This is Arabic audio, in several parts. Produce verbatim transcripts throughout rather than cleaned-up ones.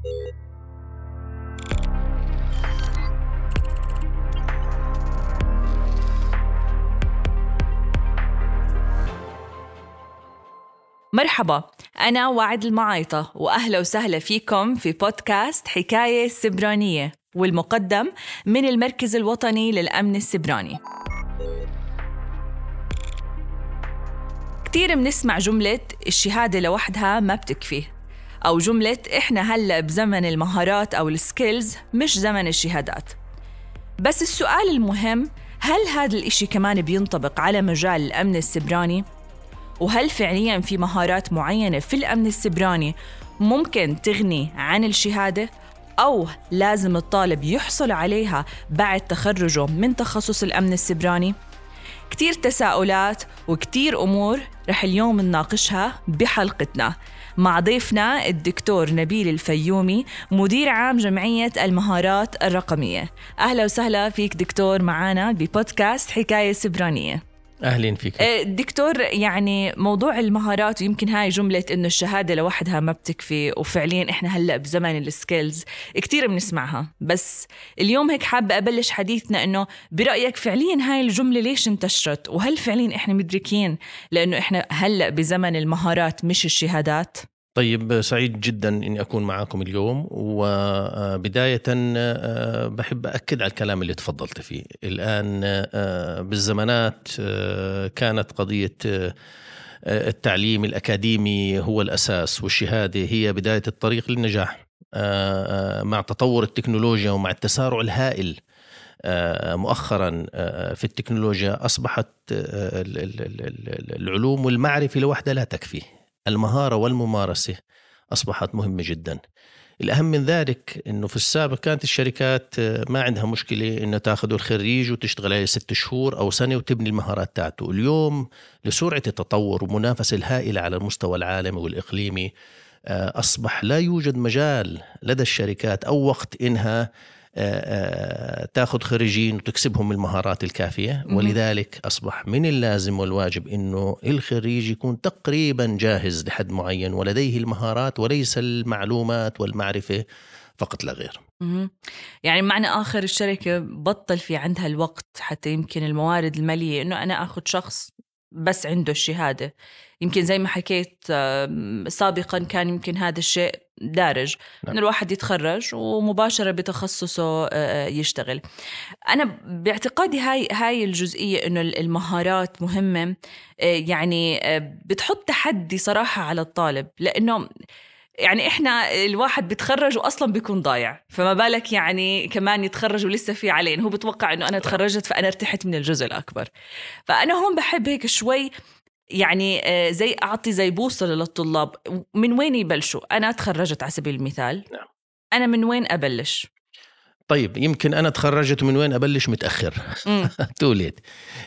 مرحبا، أنا وعد المعايطة وأهلا وسهلا فيكم في بودكاست حكاية سبرانية، والمقدم من المركز الوطني للأمن السبراني. كتير منسمع جملة الشهادة لوحدها ما بتكفي، أو جملة إحنا هلأ بزمن المهارات أو السكيلز مش زمن الشهادات. بس السؤال المهم، هل هذا الإشي كمان بينطبق على مجال الأمن السبراني؟ وهل فعلياً في مهارات معينة في الأمن السبراني ممكن تغني عن الشهادة، أو لازم الطالب يحصل عليها بعد تخرجه من تخصص الأمن السبراني؟ كتير تساؤلات وكتير أمور رح اليوم نناقشها بحلقتنا مع ضيفنا الدكتور نبيل الفيومي، مدير عام جمعية المهارات الرقمية. أهلا وسهلا فيك دكتور معنا ببودكاست حكاية سبرانية. أهلين فيك دكتور. يعني موضوع المهارات، ويمكن هاي جملة إنه الشهادة لوحدها ما بتكفي، وفعليا إحنا هلأ بزمن السكيلز كتير بنسمعها، بس اليوم هيك حابة أبلش حديثنا إنه برأيك فعليا هاي الجملة ليش انتشرت، وهل فعليا إحنا مدركين لأنه إحنا هلأ بزمن المهارات مش الشهادات؟ طيب، سعيد جدا إني أكون معاكم اليوم. وبداية بحب أكد على الكلام اللي تفضلت فيه. الآن بالزمانات كانت قضية التعليم الأكاديمي هو الأساس، والشهادة هي بداية الطريق للنجاح. مع تطور التكنولوجيا ومع التسارع الهائل مؤخرا في التكنولوجيا، أصبحت العلوم والمعرفة لوحدها لا تكفي. المهارة والممارسة أصبحت مهمة جدا. الأهم من ذلك أنه في السابق كانت الشركات ما عندها مشكلة أنه تأخذ الخريج وتشتغل عليه ست شهور أو سنة وتبني المهارات تاعته. اليوم لسرعة التطور ومنافسة الهائلة على المستوى العالمي والإقليمي، أصبح لا يوجد مجال لدى الشركات أو وقت إنها تأخذ خريجين وتكسبهم المهارات الكافية. ولذلك أصبح من اللازم والواجب إنه الخريج يكون تقريبا جاهز لحد معين ولديه المهارات وليس المعلومات والمعرفة فقط لا غير. يعني معنى آخر الشركة بطل في عندها الوقت، حتى يمكن الموارد المالية، إنه أنا أخذ شخص بس عنده الشهادة. يمكن زي ما حكيت سابقا كان يمكن هذا الشيء دارج، نعم. إن الواحد يتخرج ومباشرة بتخصصه يشتغل. أنا باعتقادي هاي هاي الجزئية إنه المهارات مهمة، يعني بتحط تحدي صراحة على الطالب، لأنه يعني إحنا الواحد بيتخرج وأصلاً بيكون ضايع، فما بالك يعني كمان يتخرج ولسه في عليه. هو بتوقع إنه أنا تخرجت فأنا ارتحت من الجزء الأكبر. فأنا هون بحب هيك شوي يعني زي أعطي زي بوصلة للطلاب، من وين يبلشوا. أنا تخرجت على سبيل المثال، أنا من وين أبلش؟ طيب، يمكن أنا تخرجت من وين أبلش متأخر توليت.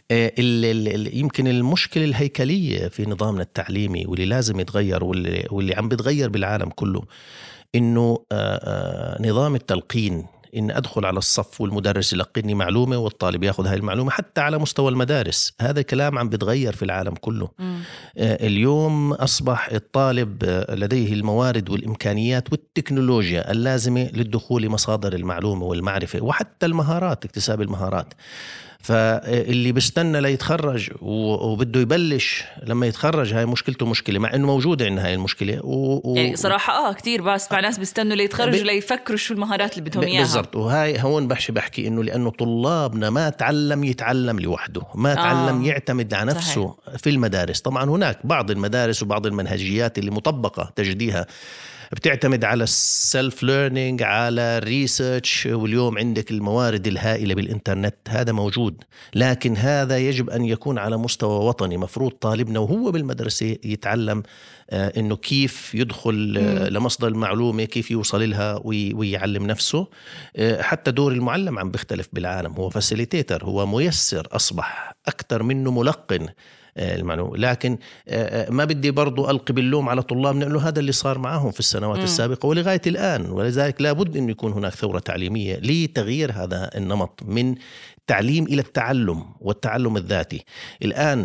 يمكن المشكلة الهيكلية في نظامنا التعليمي واللي لازم يتغير واللي, واللي عم بتغير بالعالم كله، إنه نظام التلقين، إن أدخل على الصف والمدرس يلقني معلومة والطالب يأخذ هاي المعلومة. حتى على مستوى المدارس هذا الكلام عم بتغير في العالم كله. م. اليوم أصبح الطالب لديه الموارد والإمكانيات والتكنولوجيا اللازمة للدخول لمصادر المعلومة والمعرفة وحتى المهارات، اكتساب المهارات. فاللي بيستنى ليتخرج وبده يبلش لما يتخرج، هاي مشكلته مشكلة، مع إنه موجودة عندنا هاي المشكلة و... و... يعني صراحة آه كتير بس مع ناس بيستنوا ليتخرجوا ب... ليفكروا شو المهارات اللي بدهم إياها. بالضبط. وهاي هون بحشي بحكي إنه لأنه طلابنا ما تعلم يتعلم لوحده، ما تعلم آه. يعتمد على نفسه صحيح. في المدارس طبعا هناك بعض المدارس وبعض المنهجيات اللي مطبقة تجديها بتعتمد على السلف ليرنينج، على الريسيرش، واليوم عندك الموارد الهائلة بالإنترنت، هذا موجود. لكن هذا يجب أن يكون على مستوى وطني. مفروض طالبنا وهو بالمدرسة يتعلم آه إنه كيف يدخل آه لمصدر المعلومة، كيف يوصل لها ويعلم نفسه. آه حتى دور المعلم عم بيختلف بالعالم، هو فاسيليتيتر، هو ميسر، أصبح أكثر منه ملقن المعلومة. لكن ما بدي برضو ألقي باللوم على طلابنا إنه هذا اللي صار معهم في السنوات م. السابقة ولغاية الآن. ولذلك لابد أن يكون هناك ثورة تعليمية لتغيير هذا النمط من التعليم إلى التعلم والتعلم الذاتي. الآن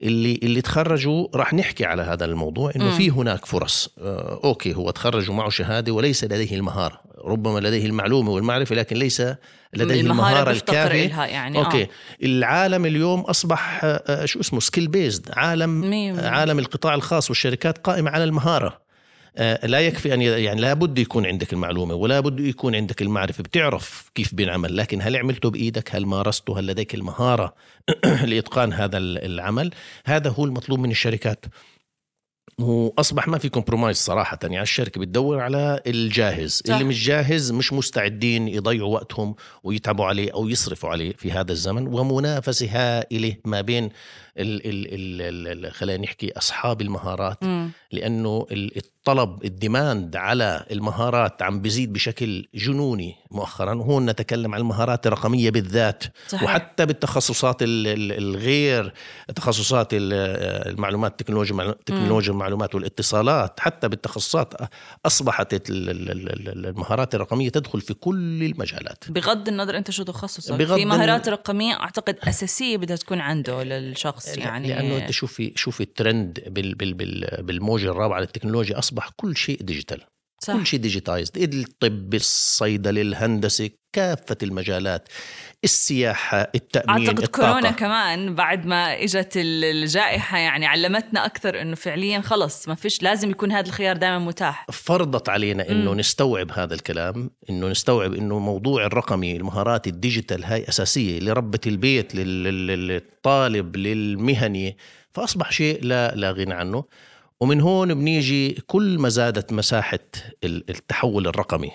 اللي اللي تخرجوا راح نحكي على هذا الموضوع إنه م. في هناك فرص. آه أوكي، هو تخرجوا معه شهادة وليس لديه المهارة، ربما لديه المعلومة والمعرفة لكن ليس لديه المهارة, المهارة الكافية. يعني أوكي. آه. العالم اليوم أصبح آه شو اسمه سكيل بيزد، عالم ميم. عالم القطاع الخاص والشركات قائمة على المهارة. آه لا يكفي أن يعني لا بد يكون عندك المعلومة ولا بد يكون عندك المعرفة، بتعرف كيف بنعمل، لكن هل عملته بإيدك؟ هل مارسته؟ هل لديك المهارة لإتقان هذا العمل؟ هذا هو المطلوب من الشركات. وأصبح ما في كومبرومايز صراحة، يعني الشركة بتدور على الجاهز. صح. اللي مش جاهز مش مستعدين يضيعوا وقتهم ويتعبوا عليه أو يصرفوا عليه في هذا الزمن. ومنافسة هائلة ما بين ال ال ال خلينا نحكي أصحاب المهارات، م. لأنه الطلب الديماند على المهارات عم بيزيد بشكل جنوني مؤخرا. وهون نتكلم عن المهارات الرقمية بالذات. صحيح. وحتى بالتخصصات الغير تخصصات المعلومات، التكنولوجيا تكنولوجيا المعلومات والاتصالات، حتى بالتخصصات أصبحت المهارات الرقمية تدخل في كل المجالات بغض النظر أنت شو تخصصك. في مهارات رقمية أعتقد أساسية بدها تكون عنده للشخص، يعني لأنه أنت شوفي شوفي الترند بال بال بال بالموجة الرابعة للتكنولوجيا، أصبح كل شيء ديجيتال. صح. كل شيء ديجيتايزد، الطب، الصيدلة، الهندسة، كافة المجالات، السياحة، التأمين، أعتقد الطاقة. كورونا كمان بعد ما إجت الجائحة يعني علمتنا أكثر إنه فعليا خلص ما فيش، لازم يكون هذا الخيار دائما متاح. فرضت علينا إنه م. نستوعب هذا الكلام، إنه نستوعب إنه موضوع الرقمي، المهارات الديجيتال هاي أساسية لربة البيت، للطالب، للمهني، فأصبح شيء لا لا غنى عنه. ومن هون بنيجي كل ما زادت مساحة التحول الرقمي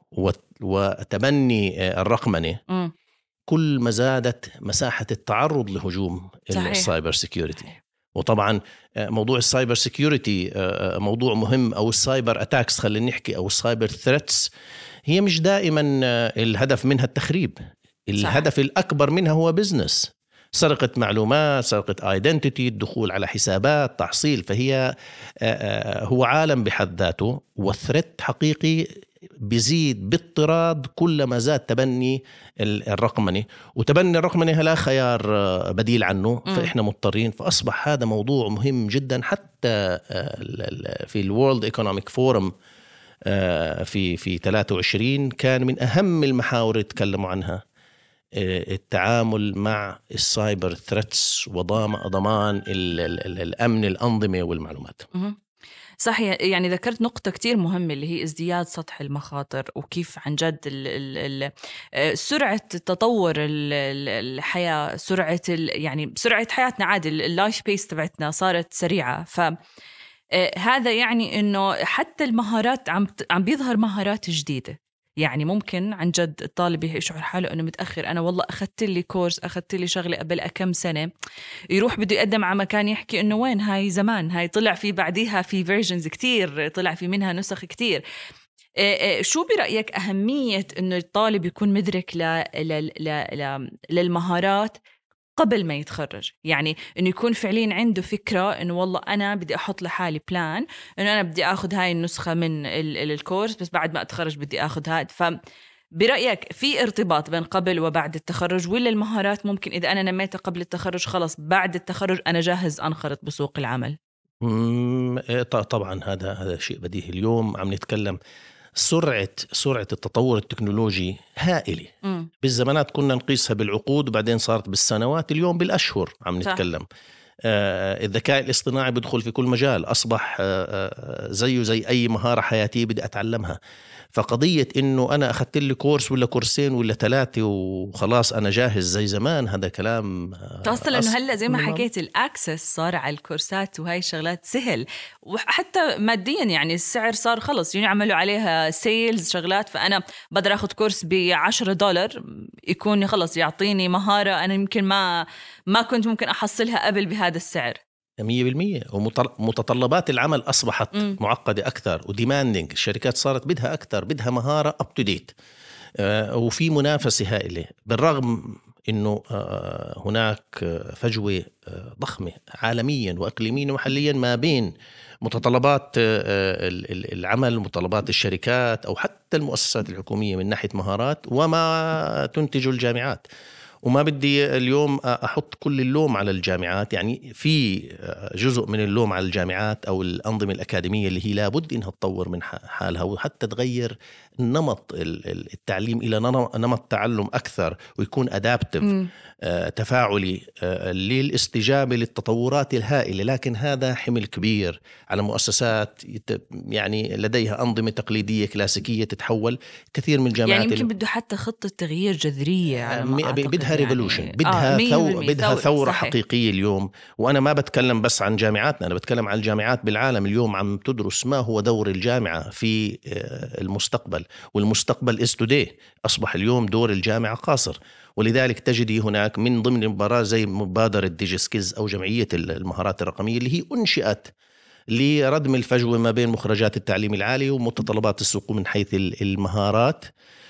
وتبني الرقمنة، م. كل ما زادت مساحة التعرض لهجوم السايبر سيكيورتي. وطبعا موضوع السايبر سيكيورتي موضوع مهم، أو السايبر أتاكس خلينا نحكي، أو السايبر ثريتس، هي مش دائما الهدف منها التخريب. الهدف صحيح. الأكبر منها هو بزنس، سرقة معلومات، سرقة ايدنتيتي، الدخول على حسابات، تحصيل. فهي هو عالم بحد ذاته، والثريت حقيقي بيزيد باضطراد كلما زاد تبني الرقمنة. وتبني الرقمنة لا خيار بديل عنه، فإحنا مضطرين. فأصبح هذا موضوع مهم جدا. حتى في الورلد ايكونوميك فورم في في ثلاثة وعشرين كان من أهم المحاور اللي تكلموا عنها التعامل مع السايبر ثريتس وضمان الأمن الأنظمة والمعلومات. صحيح. يعني ذكرت نقطة كتير مهمة اللي هي ازدياد سطح المخاطر، وكيف عن جد ال ال ال سرعة تطور الحياة، سرعة يعني سرعة حياتنا عادي، اللايف بيس تبعتنا صارت سريعة. ف هذا يعني إنه حتى المهارات عم عم بيظهر مهارات جديدة. يعني ممكن عن جد الطالب يشعر حاله أنه متأخر، أنا والله أخذت لي كورس، أخذت لي شغلة قبل كم سنة، يروح بده يقدم على مكان يحكي أنه وين هاي زمان، هاي طلع في بعديها في فيرجنز كتير، طلع في منها نسخ كتير. شو برأيك أهمية أنه الطالب يكون مدرك ل... ل... ل... ل... للمهارات قبل ما يتخرج؟ يعني إنه يكون فعليا عنده فكرة إنه والله أنا بدي أحط لحالي بلان، إنه أنا بدي أخذ هاي النسخة من الكورس، بس بعد ما أتخرج بدي أخذ هاد. فبرأيك في ارتباط بين قبل وبعد التخرج، ولا المهارات ممكن إذا أنا نميتها قبل التخرج خلاص بعد التخرج أنا جاهز أنخرط بسوق العمل؟ طبعا هذا هذا شيء بديهي. اليوم عم نتكلم سرعة سرعة التطور التكنولوجي هائلة. م. بالزمانات كنا نقيسها بالعقود وبعدين صارت بالسنوات، اليوم بالأشهر عم نتكلم. آه الذكاء الاصطناعي بدخل في كل مجال، أصبح آه زيه زي أي مهارة حياتية بدي أتعلمها. فقضية إنه أنا أخذت لي كورس ولا كورسين ولا ثلاثة وخلاص أنا جاهز زي زمان، هذا كلام توصل إنه هلأ زي ما حكيت الأكسس صار على الكورسات وهاي الشغلات سهل، وحتى ماديا يعني السعر صار خلص يعني عملوا عليها سيلز شغلات. فأنا بقدر أخذ كورس بعشرة دولار يكون خلص يعطيني مهارة أنا يمكن ما ما كنت ممكن أحصلها قبل بهذا السعر. مية بالمية. ومتطلبات العمل أصبحت م. معقدة أكثر وديماندينج. الشركات صارت بدها أكثر، بدها مهارة up to date. آه وفي منافسة هائلة، بالرغم أنه آه هناك فجوة آه ضخمة عالميا وأقليميا ومحليا ما بين متطلبات آه العمل، متطلبات الشركات أو حتى المؤسسات الحكومية من ناحية مهارات، وما تنتج الجامعات. وما بدي اليوم أحط كل اللوم على الجامعات، يعني في جزء من اللوم على الجامعات أو الأنظمة الأكاديمية اللي هي لابد إنها تطور من حالها وحتى تغير نمط التعليم إلى نمط تعلم أكثر ويكون أدابتيف، تفاعلي للاستجابة للتطورات الهائلة. لكن هذا حمل كبير على مؤسسات يعني لديها أنظمة تقليدية كلاسيكية تتحول. كثير من الجامعات يعني يمكن بده حتى خطة تغيير جذرية على ما أعتقد، بدها ريفولوشن، يعني بدها آه ثو بدها ثورة صحيح. حقيقية اليوم. وأنا ما بتكلم بس عن جامعاتنا، أنا بتكلم عن الجامعات بالعالم. اليوم عم تدرس ما هو دور الجامعة في المستقبل، والمستقبل is today. أصبح اليوم دور الجامعة قاصر، ولذلك تجدي هناك من ضمن المباراة زي مبادرة ديجي سكيلز أو جمعية المهارات الرقمية اللي هي أنشئت لردم الفجوة ما بين مخرجات التعليم العالي ومتطلبات السوق من حيث المهارات.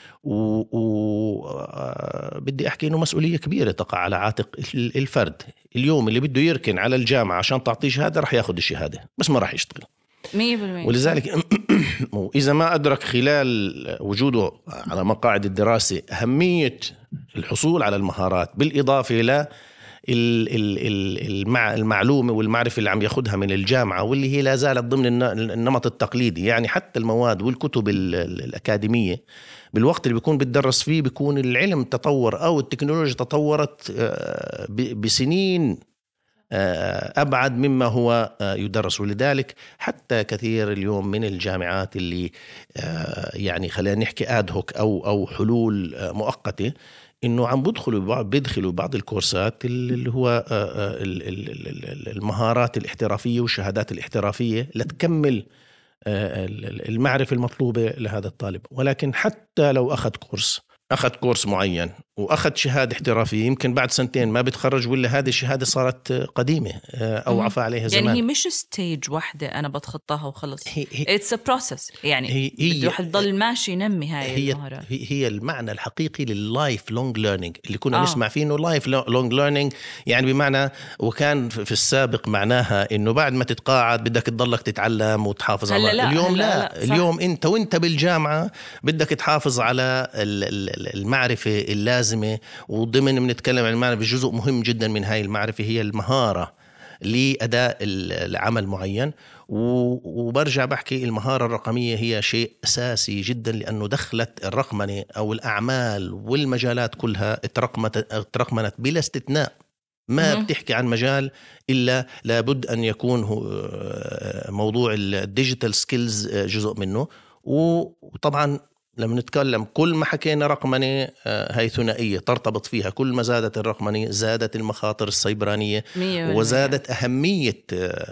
وبدي أحكي إنه مسؤولية كبيرة تقع على عاتق الفرد. اليوم اللي بده يركن على الجامعة عشان تعطيه شهادة رح ياخد الشهادة بس ما رح يشتغل مية بالمية. ولذلك إذا ما أدرك خلال وجوده على مقاعد الدراسة أهمية الحصول على المهارات بالإضافة إلى المعلومة والمعرفة اللي عم ياخدها من الجامعة واللي هي لا زالت ضمن النمط التقليدي، يعني حتى المواد والكتب الأكاديمية بالوقت اللي بيكون بتدرس فيه بيكون العلم تطور أو التكنولوجيا تطورت بسنين أبعد مما هو يدرس. ولذلك حتى كثير اليوم من الجامعات اللي يعني خلينا نحكي آدهوك أو أو حلول مؤقتة إنه عم بدخلوا بيدخلوا بعض الكورسات اللي هو المهارات الاحترافية والشهادات الاحترافية لتكمل المعرفة المطلوبة لهذا الطالب. ولكن حتى لو أخذ كورس أخذ كورس معين وأخذ شهادة احترافية يمكن بعد سنتين ما بتخرج ولا هذه الشهادة صارت قديمة أو عفى عليها زمان. يعني هي مش ستيج واحدة أنا بتخطاها وخلص. It's a process. يعني بده يضل ماشي ينمي هاي هي المهارات. هي المعنى الحقيقي لللايف لونج ليرنينج اللي كنا آه. نسمع فيه إنه لايف لونج ليرنينج يعني بمعنى، وكان في السابق معناها إنه بعد ما تتقاعد بدك تضلك تتعلم وتحافظ على لا اليوم. لا, لا اليوم أنت وأنت بالجامعة بدك تحافظ على المعرفة اللازمة. وضمن بنتكلم عن المعرفة جزء مهم جدا من هاي المعرفة هي المهارة لأداء العمل معين. وبرجع بحكي المهارة الرقمية هي شيء أساسي جدا لأنه دخلت الرقمنة أو الأعمال والمجالات كلها ترقمنت بلا استثناء. ما بتحكي عن مجال إلا لابد أن يكون موضوع الديجيتال سكيلز جزء منه. وطبعا لما نتكلم كل ما حكينا رقمنة هاي ثنائية ترتبط فيها، كل ما زادت الرقمنة زادت المخاطر السيبرانية وزادت أهمية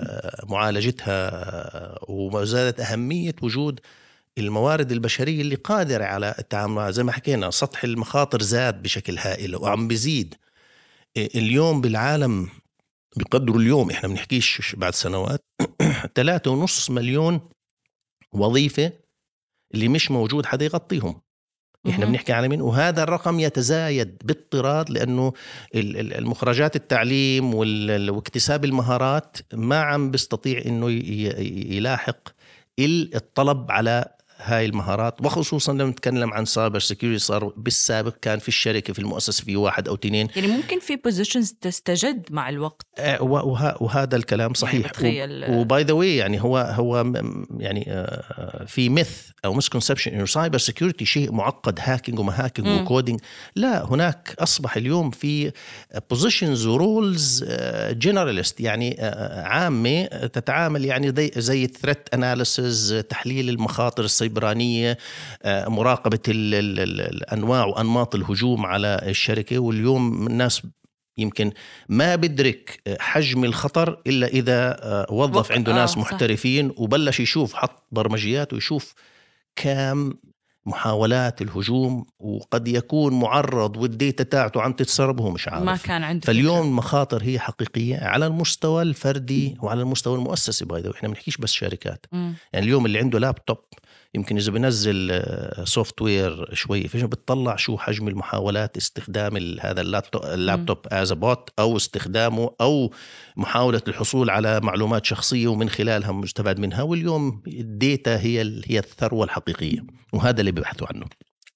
معالجتها وزادت أهمية وجود الموارد البشرية اللي قادرة على التعامل. زي ما حكينا سطح المخاطر زاد بشكل هائل وعم بيزيد. اليوم بالعالم بقدروا اليوم إحنا بنحكيش بعد سنوات ثلاثة ونص مليون وظيفة اللي مش موجود حدا يغطيهم. إحنا بنحكي على مين؟ وهذا الرقم يتزايد باضطراد لأنه المخرجات التعليم واكتساب المهارات ما عم بيستطيع إنه يلاحق الطلب على هاي المهارات. وخصوصا لما نتكلم عن سايبر سيكيورتي صار بالسابق كان في الشركة في المؤسسة في واحد أو تنين، يعني ممكن في بوزيشنز تستجد مع الوقت. آه وه وهذا الكلام صحيح. يعني وباي ذا واي يعني هو هو يعني آه في ميث أو مسكونسبشن إنه سايبر سيكيورتي شيء معقد، هاكينج وما هاكينج وكودينج. لا، هناك أصبح اليوم في بوزيشنز ورولز جنراليست يعني آه عامة تتعامل يعني زي زي ثريت أناليسيز، تحليل المخاطر السيبرانية، مراقبة الأنواع وأنماط الهجوم على الشركة. واليوم الناس يمكن ما بدرك حجم الخطر إلا إذا وظف عنده ناس آه محترفين وبلش يشوف حط برمجيات ويشوف كم محاولات الهجوم وقد يكون معرض والديتا تاعته عم تتسرب وهو مش عارف. ما كان عنده. فاليوم المخاطر هي حقيقية على المستوى الفردي وعلى المستوى المؤسسي بايده. وإحنا بنحكيش بس شركات. م. يعني اليوم اللي عنده لابتوب يمكن إذا بنزل سوفت وير شوي فيش بتطلع شو حجم المحاولات استخدام هذا اللابتوب as a bot أو استخدامه أو محاولة الحصول على معلومات شخصية ومن خلالها مستفاد منها. واليوم الديتا هي هي الثروة الحقيقية وهذا اللي بيبحثوا عنه.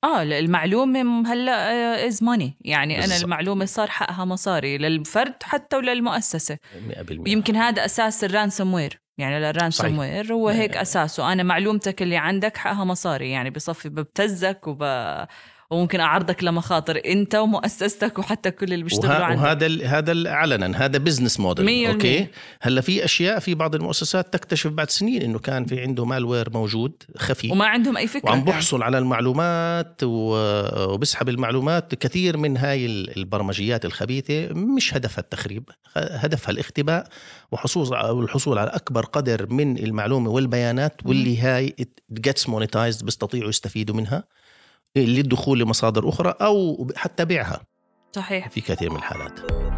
اه المعلومة هلا از ماني، يعني بالزبط. أنا المعلومة صار حقها مصاري للفرد حتى وللمؤسسة مئة بالمئة. ويمكن هذا أساس الرانسوم وير، يعني للرانسوم وير هو هيك أساسه، أنا معلومتك اللي عندك حقها مصاري، يعني بصفي ببتزك وب... وممكن أعرضك لمخاطر أنت ومؤسستك وحتى كل اللي بيشتغلوا وه... عندك. وهذا هذا علنا هذا بزنس موديل. أوكي هلا في أشياء في بعض المؤسسات تكتشف بعد سنين إنه كان في عنده مالوير موجود خفي وما عندهم أي فكرة، وعم بحصل على المعلومات وبسحب المعلومات. كثير من هاي البرمجيات الخبيثة مش هدفها التخريب، هدفها الاختباء وحصول الحصول على أكبر قدر من المعلومة والبيانات، واللي هاي gets monetized بيستطيعوا يستفيدوا منها للدخول لمصادر أخرى أو حتى بيعها. صحيح في كثير من الحالات.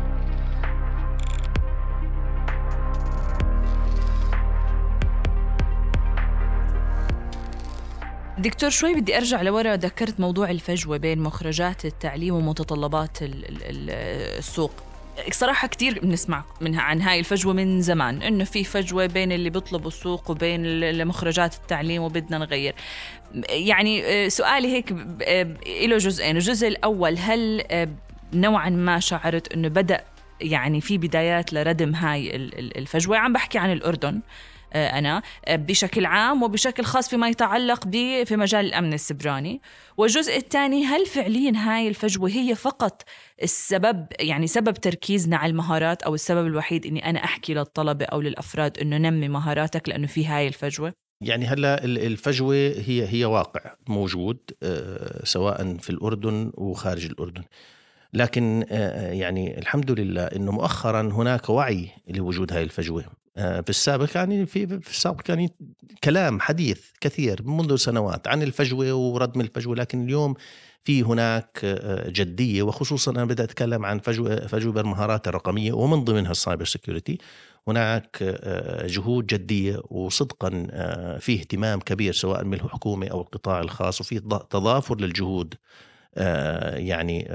دكتور شوي بدي أرجع لورا، ذكرت موضوع الفجوة بين مخرجات التعليم ومتطلبات السوق. صراحة كتير بنسمع منها عن هاي الفجوة من زمان، إنه في فجوة بين اللي بيطلبوا السوق وبين مخرجات التعليم وبدنا نغير. يعني سؤالي هيك له جزئين. الجزء الأول، هل نوعا ما شعرت إنه بدأ يعني في بدايات لردم هاي الفجوة؟ عم بحكي عن الأردن أنا بشكل عام وبشكل خاص فيما يتعلق ب في مجال الأمن السبراني. والجزء الثاني، هل فعليا هاي الفجوة هي فقط السبب، يعني سبب تركيزنا على المهارات، أو السبب الوحيد إني أنا أحكي للطلبة أو للأفراد إنه نمي مهاراتك لأنه في هاي الفجوة؟ يعني هلا الفجوة هي هي واقع موجود سواء في الأردن وخارج الأردن، لكن يعني الحمد لله إنه مؤخرا هناك وعي لوجود هاي الفجوة. في السابق يعني في في السابق يعني كلام حديث كثير منذ سنوات عن الفجوة وردم الفجوة، لكن اليوم في هناك جدية، وخصوصا أنا بدأت أتكلم عن فجوة فجوة بالمهارات الرقمية ومن ضمنها السايبر سيكيورتي. هناك جهود جدية وصدقا في اهتمام كبير سواء من الحكومة أو القطاع الخاص، وفي تضافر للجهود يعني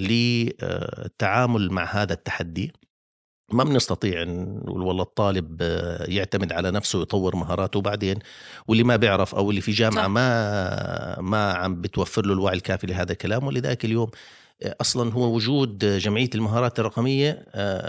للتعامل مع هذا التحدي. ما بنستطيع نقول والله الطالب يعتمد على نفسه ويطور مهاراته بعدين، واللي ما بيعرف أو اللي في جامعة ما ما عم بتوفر له الوعي الكافي لهذا الكلام. ولذلك اليوم أصلا هو وجود جمعية المهارات الرقمية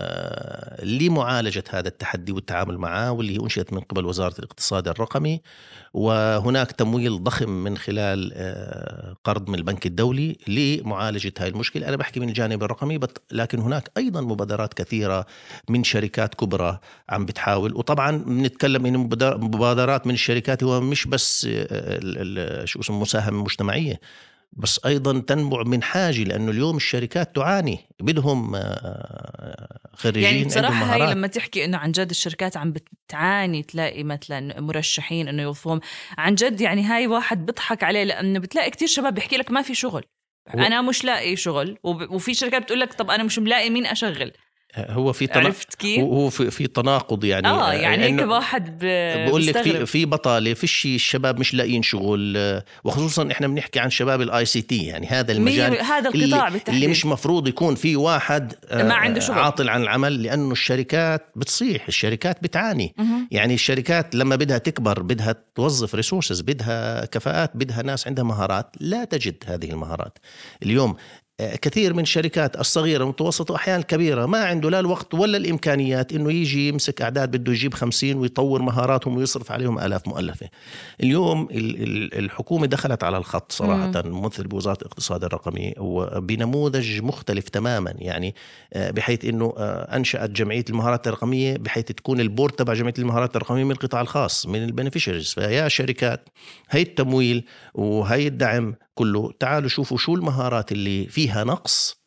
لمعالجة هذا التحدي والتعامل معه، واللي أنشئت من قبل وزارة الاقتصاد الرقمي، وهناك تمويل ضخم من خلال قرض من البنك الدولي لمعالجة هذه المشكلة. أنا بحكي من الجانب الرقمي، لكن هناك أيضا مبادرات كثيرة من شركات كبرى عم بتحاول. وطبعا بنتكلم إن مبادرات من الشركات هو مش بس شو اسمه مساهمة مجتمعية، بس أيضا تنبع من حاجة، لأنه اليوم الشركات تعاني، بدهم خريجين يعني بصراحة عندهم مهارات. هاي لما تحكي إنه عن جد الشركات عم بتعاني تلاقي مثلا مرشحين إنه يوظفوهم، عن جد يعني هاي واحد بضحك عليه، لأنه بتلاقي كتير شباب بيحكي لك ما في شغل، أنا مش لاقي شغل، وفي شركات بتقول لك طب أنا مش ملاقي مين أشغل. هو في تنا... هو في في تناقض يعني. اه يعني هيك واحد ب... بقول لك في في بطاله في شيء، الشباب مش لاقيين شغل، وخصوصا احنا بنحكي عن شباب الاي سي تي، يعني هذا المجال هذا القطاع اللي, بالتحديد اللي مش مفروض يكون في واحد ما عنده شغل، عاطل عن العمل، لانه الشركات بتصيح، الشركات بتعاني. م- يعني الشركات لما بدها تكبر بدها توظف ريسورسز، بدها كفاءات، بدها ناس عندها مهارات، لا تجد هذه المهارات اليوم. كثير من الشركات الصغيرة والمتوسطة وأحيانا الكبيرة ما عنده لا الوقت ولا الإمكانيات إنه يجي يمسك أعداد، بده يجيب خمسين ويطور مهاراتهم ويصرف عليهم آلاف مؤلفة. اليوم الحكومة دخلت على الخط صراحة، ممثل بوزارة الاقتصاد الرقمي، وبنموذج مختلف تماما، يعني بحيث إنه أنشأت جمعية المهارات الرقمية، بحيث تكون البورد تبع جمعية المهارات الرقمية من القطاع الخاص، من البنفيشرز. فيا شركات، هاي التمويل وهاي الدعم كله، تعالوا شوفوا شو المهارات اللي فيها نقص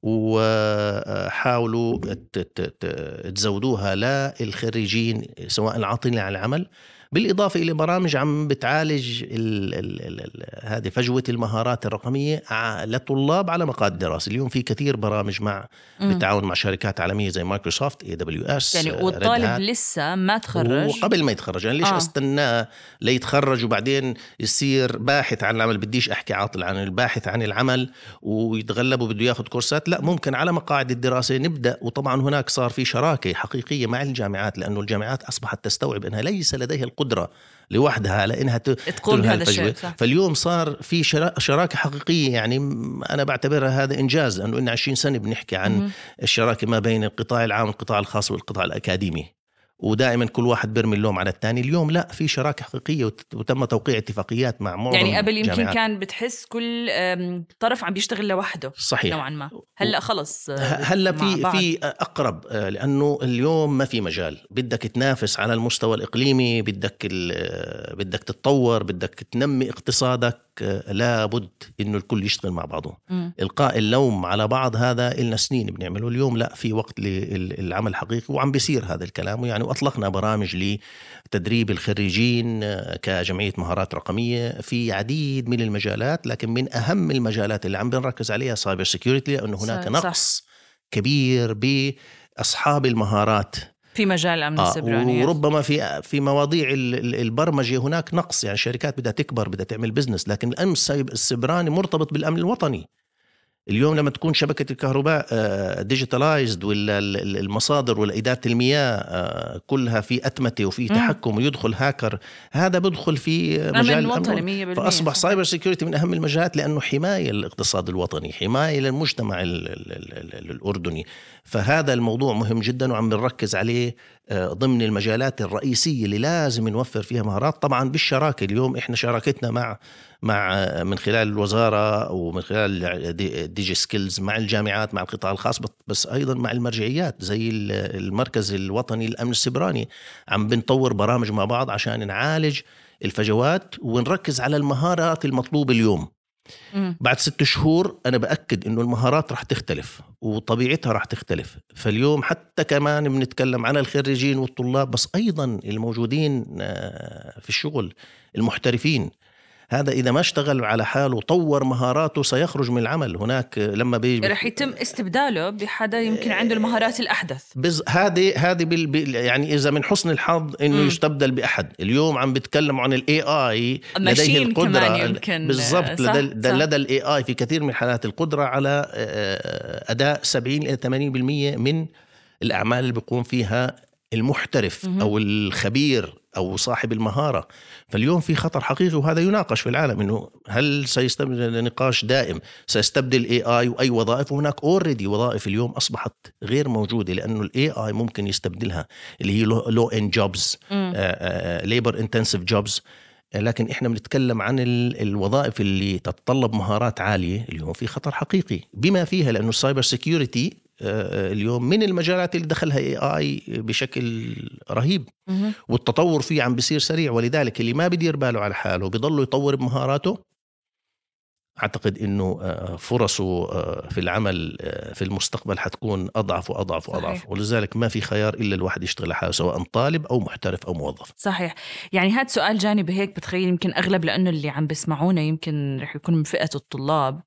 وحاولوا تزودوها للخريجين سواء العاطلين عن العمل، بالإضافة إلى برامج عم بتعالج ال ال ال ال هذه فجوة المهارات الرقمية لطلاب على مقاعد الدراسة. اليوم في كثير برامج مع بالتعاون مع شركات عالمية زي مايكروسوفت، اي دبليو اس، يعني والطالب لسه ما تخرج وقبل ما يتخرج، يعني ليش آه. استناه ليتخرج وبعدين يصير باحث عن العمل؟ بديش أحكي عاطل عن الباحث عن العمل ويتغلب وبده ياخذ كورسات، لا، ممكن على مقاعد الدراسة نبدأ. وطبعا هناك صار في شراكة حقيقية مع الجامعات، لأنه الجامعات أصبحت تستوعب أنها ليس لديها القدرة لوحدها على إنها تقوم بهذا الشيء. فاليوم صار في شراكة حقيقية، يعني أنا بعتبرها هذا إنجاز، أنه إن عشرين سنة بنحكي عن م- الشراكة ما بين القطاع العام والقطاع الخاص والقطاع الأكاديمي، ودائما كل واحد بيرمي اللوم على الثاني. اليوم لا، في شراكة حقيقية وتم توقيع اتفاقيات مع معظم يعني قبل يمكن جامعات. كان بتحس كل طرف عم بيشتغل لوحده. صحيح. نوعا ما هلا خلص هلا في في اقرب، لانه اليوم ما في مجال، بدك تنافس على المستوى الاقليمي، بدك بدك تتطور، بدك تنمي اقتصادك، لابد انه الكل يشتغل مع بعضه. م. القاء اللوم على بعض هذا إلنا سنين بنعمله، اليوم لا، في وقت للعمل حقيقي وعم بيصير هذا الكلام. يعني واطلقنا برامج لتدريب الخريجين كجمعية مهارات رقمية في عديد من المجالات، لكن من اهم المجالات اللي عم بنركز عليها سايبر سيكيورتي، لانه هناك نقص صح. كبير باصحاب المهارات في مجال الأمن السيبراني. آه وربما في في مواضيع البرمجة هناك نقص، يعني الشركات بدها تكبر، بدها تعمل بزنس، لكن الأمن السيبراني مرتبط بالأمن الوطني. اليوم لما تكون شبكة الكهرباء ديجيتالايزد، ولا المصادر ولا إدارة المياه كلها في أتمتة وفي تحكم، ويدخل هاكر، هذا بدخل في مجال الأمن. فأصبح سايبر سيكيورتي من أهم المجالات، لأنه حماية للاقتصاد الوطني، حماية للمجتمع الأردني. فهذا الموضوع مهم جدا، وعم نركز عليه ضمن المجالات الرئيسية اللي لازم نوفر فيها مهارات. طبعا بالشراكة، اليوم إحنا شراكتنا مع مع من خلال الوزارة ومن خلال ديجي سكيلز مع الجامعات، مع القطاع الخاص، بس أيضا مع المرجعيات زي المركز الوطني للأمن السيبراني. عم بنطور برامج مع بعض عشان نعالج الفجوات ونركز على المهارات المطلوبة اليوم. م. بعد ست شهور أنا بأكد إنه المهارات رح تختلف وطبيعتها رح تختلف. فاليوم حتى كمان بنتكلم عن الخريجين والطلاب، بس أيضا الموجودين في الشغل، المحترفين. هذا إذا ما اشتغل على حاله وطور مهاراته سيخرج من العمل. هناك لما بيجي رح يتم استبداله بحدا يمكن عنده المهارات الأحدث. بز... هذه هذه بال... يعني إذا من حسن الحظ إنه م. يستبدل بأحد. اليوم عم بتكلم عن ال إيه آي، لديه القدرة بالضبط، لدى, لدى ال إيه آي في كثير من الحالات القدرة على أداء سبعين إلى ثمانين بالمئة من الأعمال اللي بيقوم فيها المحترف م. أو الخبير أو صاحب المهارة. فاليوم في خطر حقيقي، وهذا يناقش في العالم، إنه هل سيستبدل، نقاش دائم، سيستبدل ال إيه آي وأي وظائف. وهناك already وظائف اليوم أصبحت غير موجودة، لأنه ال إيه آي ممكن يستبدلها، اللي هي low end jobs, labor intensive jobs. لكن إحنا بنتكلم عن الوظائف اللي تتطلب مهارات عالية. اليوم في خطر حقيقي بما فيها، لأنه السايبر سيكيورتي اليوم من المجالات اللي دخلها إيه آي بشكل رهيب، والتطور فيه عم بيصير سريع. ولذلك اللي ما بدير باله على حاله بيضله يطور بمهاراته، أعتقد إنه فرصه في العمل في المستقبل حتكون أضعف وأضعف وأضعف. صحيح. ولذلك ما في خيار إلا الواحد يشتغل حاله، سواء طالب أو محترف أو موظف. صحيح. يعني هذا سؤال جانبي هيك بتخيل يمكن أغلب، لأنه اللي عم بسمعونا يمكن رح يكون من فئة الطلاب.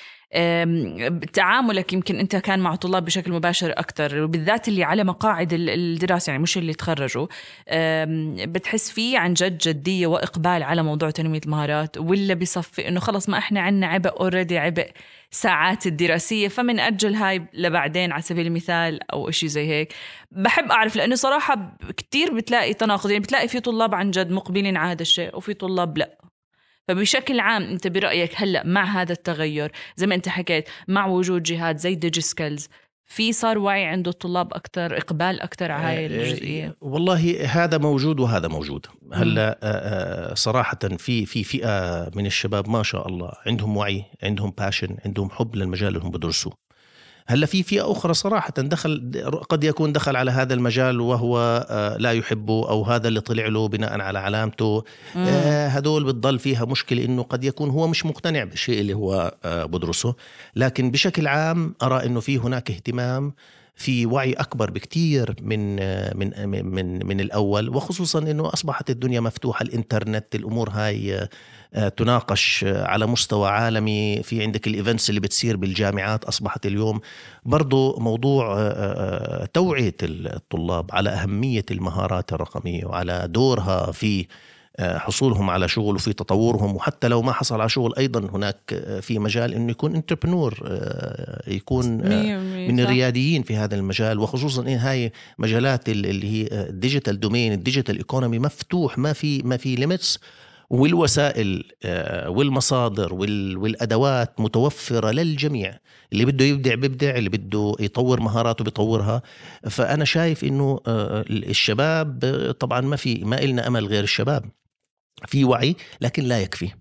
تعاملك يمكن أنت كان مع طلاب بشكل مباشر أكتر، وبالذات اللي على مقاعد الدراسة، يعني مش اللي تخرجوا، بتحس فيه عن جد جدية وإقبال على موضوع تنمية المهارات، ولا بصفي إنه خلص ما إحنا عنا عبء أوريدي، عبء ساعات الدراسية، فمن أجل هاي لبعدين على سبيل المثال أو إشي زي هيك؟ بحب أعرف، لأنه صراحة كتير بتلاقي تناقض، يعني بتلاقي في طلاب عن جد مقبلين على هذا الشيء وفي طلاب لأ. فبشكل عام أنت برأيك هلأ مع هذا التغير، زي ما أنت حكيت، مع وجود جهات زي ديجي سكيلز، في صار وعي عند الطلاب أكتر، إقبال أكتر على هاي الجزئية؟ والله هذا موجود وهذا موجود. هلا صراحة في في فئة من الشباب ما شاء الله عندهم وعي، عندهم باشن، عندهم حب للمجال اللي هم بدرسوه. هلا في فئة أخرى صراحة دخل، قد يكون دخل على هذا المجال وهو لا يحبه، أو هذا اللي طلع له بناء على علامته. هدول بتضل فيها مشكلة، إنه قد يكون هو مش مقتنع بالشيء اللي هو بدرسه. لكن بشكل عام أرى إنه في هناك اهتمام، في وعي أكبر بكتير من من من من الأول، وخصوصا إنه أصبحت الدنيا مفتوحة، الإنترنت، الأمور هاي تناقش على مستوى عالمي. في عندك الإيفنتس اللي بتصير بالجامعات، أصبحت اليوم برضو موضوع توعية الطلاب على أهمية المهارات الرقمية وعلى دورها في حصولهم على شغل وفي تطورهم، وحتى لو ما حصل على شغل أيضا هناك في مجال إنه يكون انتربرنور، يكون من الرياديين في هذا المجال. وخصوصا إن هاي مجالات اللي هي الديجيتال دومين، الديجيتال ايكونومي مفتوح، ما في ما في ليميتس، والوسائل والمصادر والأدوات متوفرة للجميع. اللي بده يبدع بيبدع، اللي بده يطور مهاراته بيطورها. فأنا شايف إنه الشباب طبعا ما في ما إلنا أمل غير الشباب، في وعي لكن لا يكفي.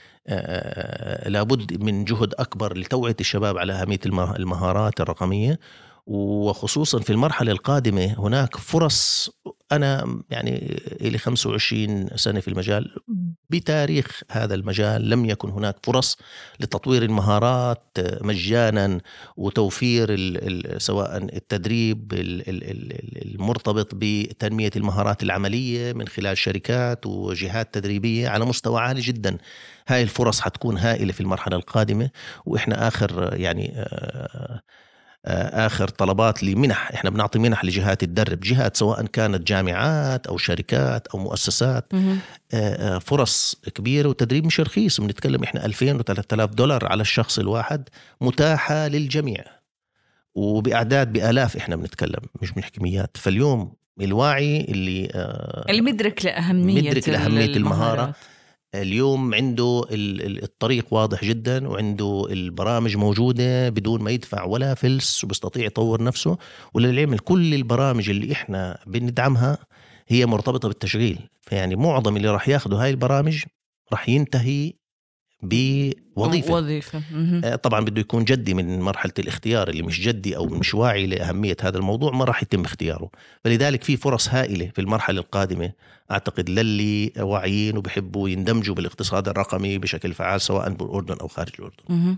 لابد من جهد أكبر لتوعية الشباب على أهمية المهارات الرقمية، وخصوصا في المرحلة القادمة هناك فرص. أنا يعني إلي خمسة وعشرين سنة في المجال، بتاريخ هذا المجال لم يكن هناك فرص لتطوير المهارات مجانا، وتوفير ال ال سواء التدريب المرتبط بتنمية المهارات العملية من خلال شركات وجهات تدريبية على مستوى عالي جدا. هاي الفرص حتكون هائلة في المرحلة القادمة، وإحنا آخر يعني آه آخر طلبات لمنح. إحنا بنعطي منح لجهات الدرب، جهات سواء كانت جامعات أو شركات أو مؤسسات، فرص كبيرة، وتدريب مش رخيص. بنتكلم إحنا ألفين وثلاثة آلاف دولار على الشخص الواحد، متاحة للجميع وبأعداد بآلاف. إحنا بنتكلم مش من حكميات. فاليوم الواعي اللي اللي مدرك لأهمية, مدرك لأهمية المهارة اليوم عنده الطريق واضح جدا، وعنده البرامج موجودة بدون ما يدفع ولا فلس، وبيستطيع يطور نفسه. وللعلم كل البرامج اللي احنا بندعمها هي مرتبطة بالتشغيل. فيعني معظم اللي راح ياخدوا هاي البرامج راح ينتهي بوظيفة وظيفة. طبعا بده يكون جدي من مرحلة الاختيار. اللي مش جدي أو مش واعي لأهمية هذا الموضوع ما راح يتم اختياره. فلذلك في فرص هائلة في المرحلة القادمة أعتقد للي واعيين وبيحبوا يندمجوا بالاقتصاد الرقمي بشكل فعال، سواء بالأردن أو خارج الأردن.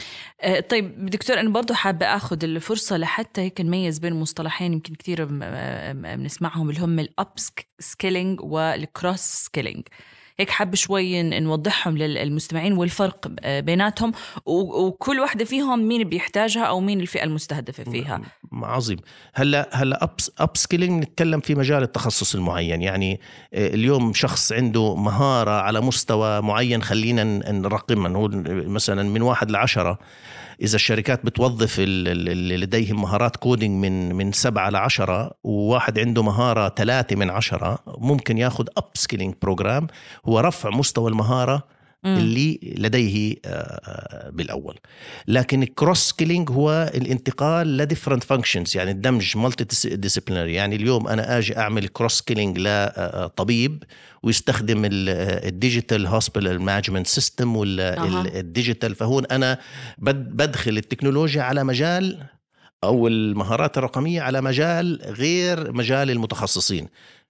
طيب دكتور، أنا برضو حابة أخذ الفرصة لحتى هيك نميز بين مصطلحين يمكن كثير بنسمعهم، اللي هم الأب سكيلينج والكروس سكيلينج. هيك حاب شوي نوضحهم للمستمعين والفرق بيناتهم، وكل واحدة فيهم مين بيحتاجها أو مين الفئة المستهدفة فيها. عظيم. هلا هلا أب أب سكيلينج نتكلم في مجال التخصص المعين. يعني اليوم شخص عنده مهارة على مستوى معين، خلينا نرقمها، نقول مثلا من واحد لعشرة. إذا الشركات بتوظف اللي لديهم مهارات كودينج من من سبعة لعشرة، وواحد عنده مهارة ثلاثة من عشرة، ممكن ياخد أب سكيلينج بروجرام، هو رفع مستوى المهارة اللي لديه بالأول. لكن الكروس سكيلينج هو الانتقال لديفرنت فانكشنز، يعني الدمج مالتي ديسيبلينري. يعني اليوم أنا أجي أعمل كروس سكيلينج لطبيب ويستخدم الديجيتال هوسبيتال مانجمنت سيستم والديجيتال، فهون أنا بدخل التكنولوجيا على مجال أو المهارات الرقمية على مجال غير مجال المتخصصين.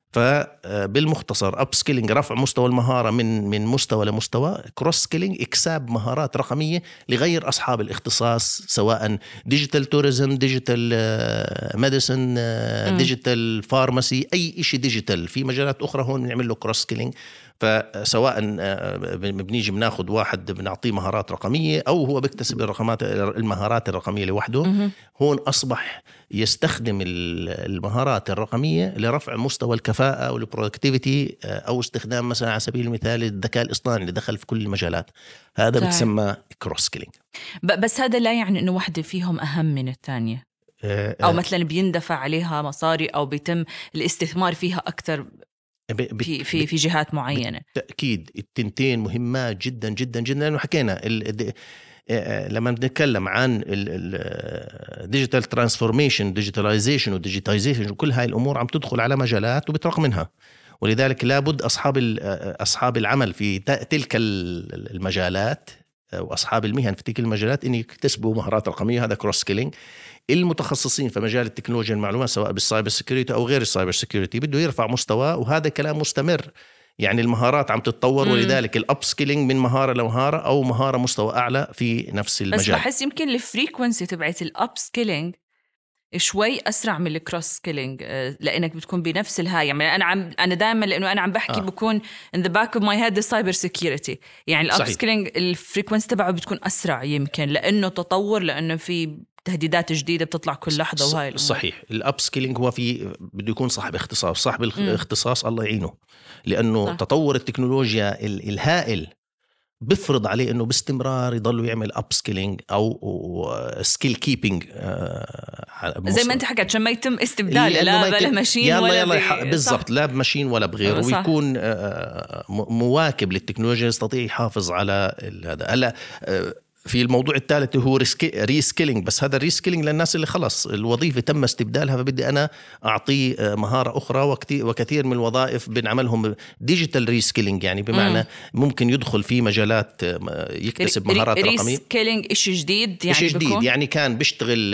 فبالمختصر أب سكيلينج رفع مستوى المهارة من من مستوى لمستوى. كروس سكيلينج إكساب مهارات رقمية لغير أصحاب الاختصاص، سواء ديجيتال توريزم، ديجيتال ميديسن، ديجيتال فارماسي، أي إشي ديجيتال في مجالات أخرى هون نعمل له كروس سكيلينج. فسواء بنيجي بناخد واحد بنعطيه مهارات رقمية، أو هو بيكتسب الرقمات المهارات الرقمية لوحده، هون أصبح يستخدم المهارات الرقمية لرفع مستوى الكفاءة والبرودكتيفيتي، أو استخدام مثلا على سبيل المثال الذكاء الاصطناعي اللي دخل في كل المجالات. هذا بتسمى كروس سكيلينج. بس هذا لا يعني إنه واحدة فيهم أهم من الثانية، أو مثلا بيندفع عليها مصاري أو بيتم الاستثمار فيها أكتر في في في جهات معينة. بالتأكيد التنتين مهمات جدا جدا جدا، لأنه حكينا لما بنتكلم عن الديجيتال ترانسفورميشن، ديجيتاليزيشن وديجيتايزيشن، وكل هاي الأمور عم تدخل على مجالات وبترق منها. ولذلك لابد أصحاب أصحاب العمل في تلك المجالات وأصحاب المهن في تلك المجالات إن يكتسبوا مهارات رقمية. هذا كروس سكيلينج. المتخصصين في مجال التكنولوجيا المعلومات سواء بالسايبر سيكوريتي أو غير السايبر سيكوريتي بده يرفع مستوى، وهذا كلام مستمر. يعني المهارات عم تتطور، ولذلك الأب سكيلينج من مهارة لمهارة أو مهارة مستوى أعلى في نفس المجال. بس بحس يمكن الفريكونسي تبعت الأب سكيلينج شوي أسرع من الكروس سكيلينج، لأنك بتكون بنفس الهاي. يعني أنا عم أنا دائما لأنه أنا عم بحكي آه. بكون in the back of my head السايبر سيكوريتي. يعني الأب سكيلينج الفريكونسي تبعه بتكون أسرع يمكن، لأنه تطور، لأنه في تهديدات جديدة بتطلع كل لحظة وهاي الأمور. صحيح. الأب سكيلينج هو في بده يكون صاحب اختصاص، صاحب الاختصاص الله يعينه، لأنه صح. تطور التكنولوجيا الهائل بفرض عليه انه باستمرار يضل يعمل اب سكيلينج او سكيل كيبينج، زي ما انت حكيت عشان ما يتم استبدال لا بلا ماشين يلا ولا يلا بالضبط، لا بماشين ولا بغيره، ويكون مواكب للتكنولوجيا، يستطيع يحافظ على هذا. هلا في الموضوع الثالث هو ريسكيلينج، بس هذا الريسكيلينج للناس اللي خلص الوظيفة تم استبدالها، فبدي أنا أعطيه مهارة أخرى. وكثير من الوظائف بنعملهم ديجيتال ريسكيلينج، يعني بمعنى مم. ممكن يدخل في مجالات يكتسب مهارات رقمية. ريسكيلينج إشي جديد، يعني إشي جديد بكون؟ يعني كان بيشتغل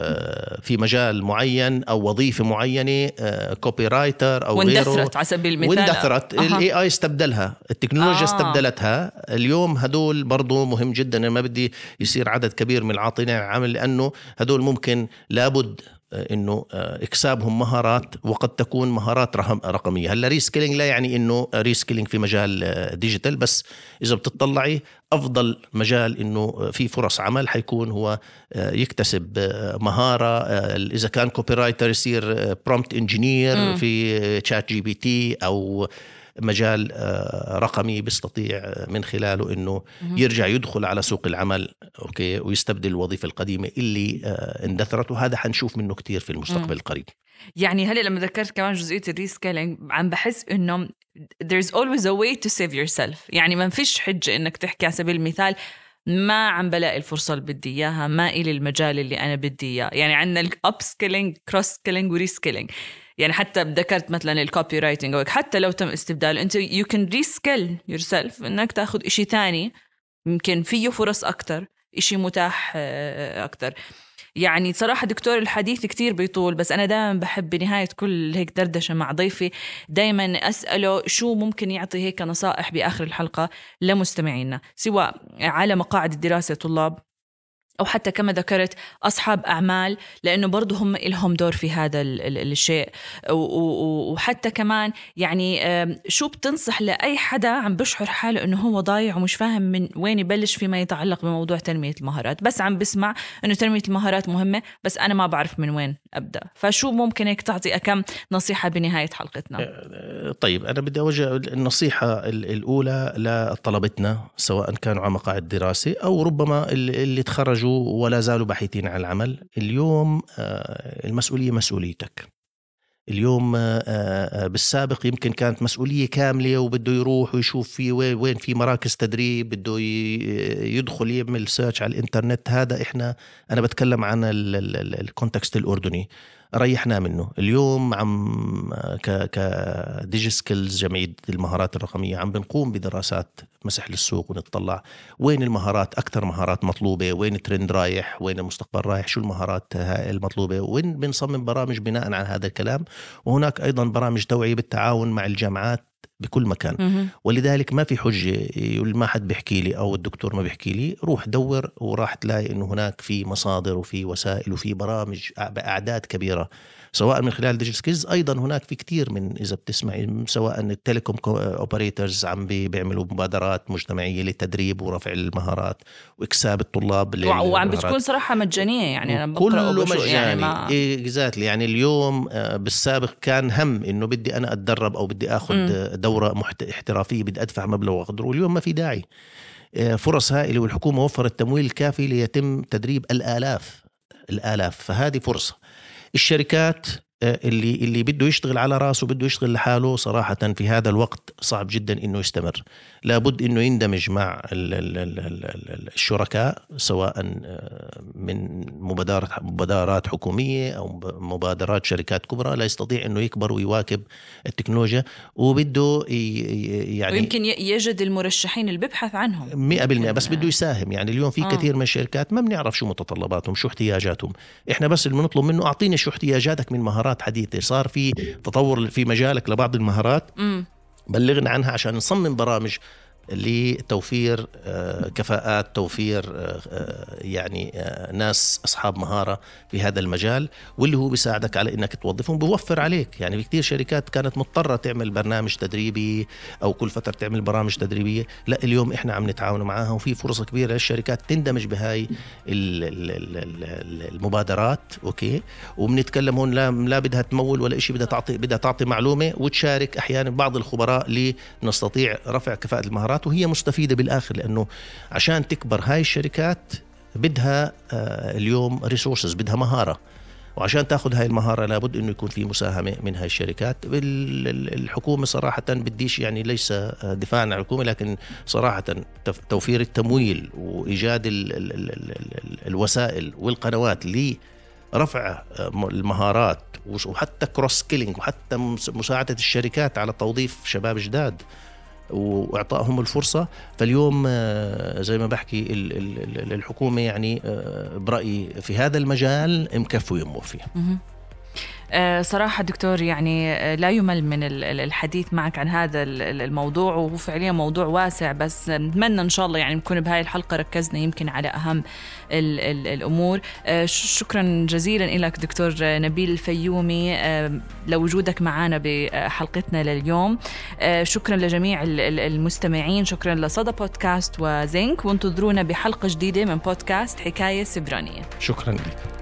في مجال معين أو وظيفة معينة كوبي رايتر أو غيره، واندثرت على سبيل المثال، واندثرت ال إيه آي استبدلها، التكنولوجيا آه. استبدلتها. اليوم هدول برضو مهم جدا، ما بدي يصير عدد كبير من العاطلين عن العمل، لأنه هدول ممكن لابد إنه إكسابهم مهارات، وقد تكون مهارات رقمية. هلا ريسكيلينج لا يعني إنه ريسكيلينج في مجال ديجيتال بس، إذا بتطلعي أفضل مجال إنه في فرص عمل حيكون هو يكتسب مهارة، إذا كان كوبي رايتر يصير برومبت انجينير في تشات جي بي تي، أو مجال رقمي بيستطيع من خلاله إنه يرجع يدخل على سوق العمل أوكي ويستبدل الوظيفة القديمة اللي اندثرت، وهذا حنشوف منه كتير في المستقبل القريب. يعني هلا لما ذكرت كمان جزئية الريسكيلينج، عم بحس إنه there's always a way to save yourself. يعني ما فيش حجة إنك تحكي على سبيل المثال ما عم بلاقي الفرصة اللي بدي إياها، ما إلي المجال اللي أنا بدي إياه. يعني عندنا الأب سكيلينج، كروس سكيلينج، وريسكيلينج. يعني حتى ذكرت مثلا الكوبي رايتنج، أو حتى لو تم استبداله أنت you can reskill yourself، إنك تأخذ إشي تاني يمكن فيه فرص أكتر، إشي متاح أكتر. يعني صراحة دكتور الحديث كتير بيطول، بس أنا دائما بحب بنهاية كل هيك دردشة مع ضيفي دائما أسأله شو ممكن يعطي هيك نصائح بآخر الحلقة لمستمعينا، سواء على مقاعد الدراسة طلاب أو حتى كما ذكرت أصحاب أعمال، لأنه برضو هم إلهم دور في هذا الشيء. وحتى كمان يعني شو بتنصح لأي حدا عم بشعر حاله أنه هو ضايع ومش فاهم من وين يبلش فيما يتعلق بموضوع تنمية المهارات، بس عم بسمع أنه تنمية المهارات مهمة بس أنا ما بعرف من وين أبدأ. فشو ممكن هيك تعطي أكم نصيحة بنهاية حلقتنا؟ طيب أنا بدي أوجه النصيحة الأولى لطلبتنا، سواء كانوا على مقاعد دراسة أو ربما اللي تخرجوا ولا زالوا باحثين عن العمل. اليوم المسؤولية مسؤوليتك. اليوم بالسابق يمكن كانت مسؤولية كاملة وبده يروح ويشوف في وين في مراكز تدريب، بده يدخل يعمل سيرش على الإنترنت. هذا إحنا أنا بتكلم عن الكونتكست الأردني، ريحنا منه. اليوم عم ك ك ديجي سكيلز، جمعية المهارات الرقمية، عم بنقوم بدراسات مسح للسوق ونطلع وين المهارات أكثر مهارات مطلوبة، وين الترند رايح، وين المستقبل رايح، شو المهارات المطلوبة، وين بنصمم برامج بناء على هذا الكلام. وهناك أيضا برامج توعية بالتعاون مع الجامعات بكل مكان. ولذلك ما في حجة ما حد بيحكي لي أو الدكتور ما بيحكي لي، روح دور وراح تلاقي إنه هناك في مصادر وفي وسائل وفي برامج بأعداد كبيرة، سواء من خلال ديجيتال سكيلز. أيضا هناك في كتير من إذا بتسمعي سواء التليكوم أوبريترز عم بيعملوا مبادرات مجتمعية للتدريب ورفع المهارات وإكساب الطلاب، وعم بتكون صراحة مجانية. يعني أنا كله مجاني يعني, ما... إيه يعني اليوم بالسابق كان هم إنه بدي أنا أتدرب أو بدي أخذ م. دورة محت... احترافية بدي أدفع مبلغ وأقدر، واليوم ما في داعي. فرص هائلة والحكومة وفرت التمويل الكافي ليتم تدريب الآلاف الآلاف فهذه فرصة. الشركات اللي اللي بده يشتغل على راسه بده يشتغل لحاله صراحة في هذا الوقت صعب جدا إنه يستمر. لابد إنه يندمج مع الشركاء، سواء من مبادرات مبادرات حكومية أو مبادرات شركات كبرى، لا يستطيع إنه يكبر ويواكب التكنولوجيا. وبده يعني ويمكن يجد المرشحين اللي ببحث عنهم مئة بالمئة، بس بده يساهم. يعني اليوم في آه. كثير من الشركات ما بنعرف شو متطلباتهم، شو احتياجاتهم. إحنا بس اللي بنطلب منه أعطيني شو احتياجاتك من مهارات حديثة. صار في تطور في مجالك لبعض المهارات م. بلغنا عنها عشان نصمم برامج لتوفير كفاءات، توفير يعني ناس أصحاب مهارة في هذا المجال، واللي هو بيساعدك على إنك توظفهم، بيوفر عليك. يعني في كتير شركات كانت مضطرة تعمل برنامج تدريبي أو كل فترة تعمل برامج تدريبية، لا اليوم إحنا عم نتعاون معها، وفي فرصة كبيرة للشركات تندمج بهاي المبادرات. أوكي، وبنتكلم هون لا لا بدها تمول ولا إشي، بدها تعطي بدها تعطي معلومة وتشارك أحيانا بعض الخبراء لنستطيع رفع كفاءة المهارات، وهي مستفيدة بالآخر، لأنه عشان تكبر هاي الشركات بدها اليوم ريسورسز، بدها مهارة، وعشان تأخذ هاي المهارة لابد إنه يكون في مساهمة من هاي الشركات. الحكومة صراحة بديش يعني ليس دفاعا عن الحكومة، لكن صراحة توفير التمويل وإيجاد الوسائل والقنوات لرفع المهارات، وحتى كروس سكيلينج، وحتى مساعدة الشركات على توظيف شباب جداد وإعطائهم الفرصة. فاليوم زي ما بحكي الحكومة يعني برأيي في هذا المجال مكفي وموفي. صراحة دكتور يعني لا يمل من الحديث معك عن هذا الموضوع، وهو فعليا موضوع واسع، بس نتمنى إن شاء الله يعني نكون بهاي الحلقة ركزنا يمكن على أهم ال ال الأمور. شكرا جزيلا لك دكتور نبيل الفيومي لوجودك معنا بحلقتنا لليوم. شكرا لجميع المستمعين، شكرا لصدى بودكاست وزنك، وانتظرونا بحلقة جديدة من بودكاست حكاية سبرانية. شكرا لك.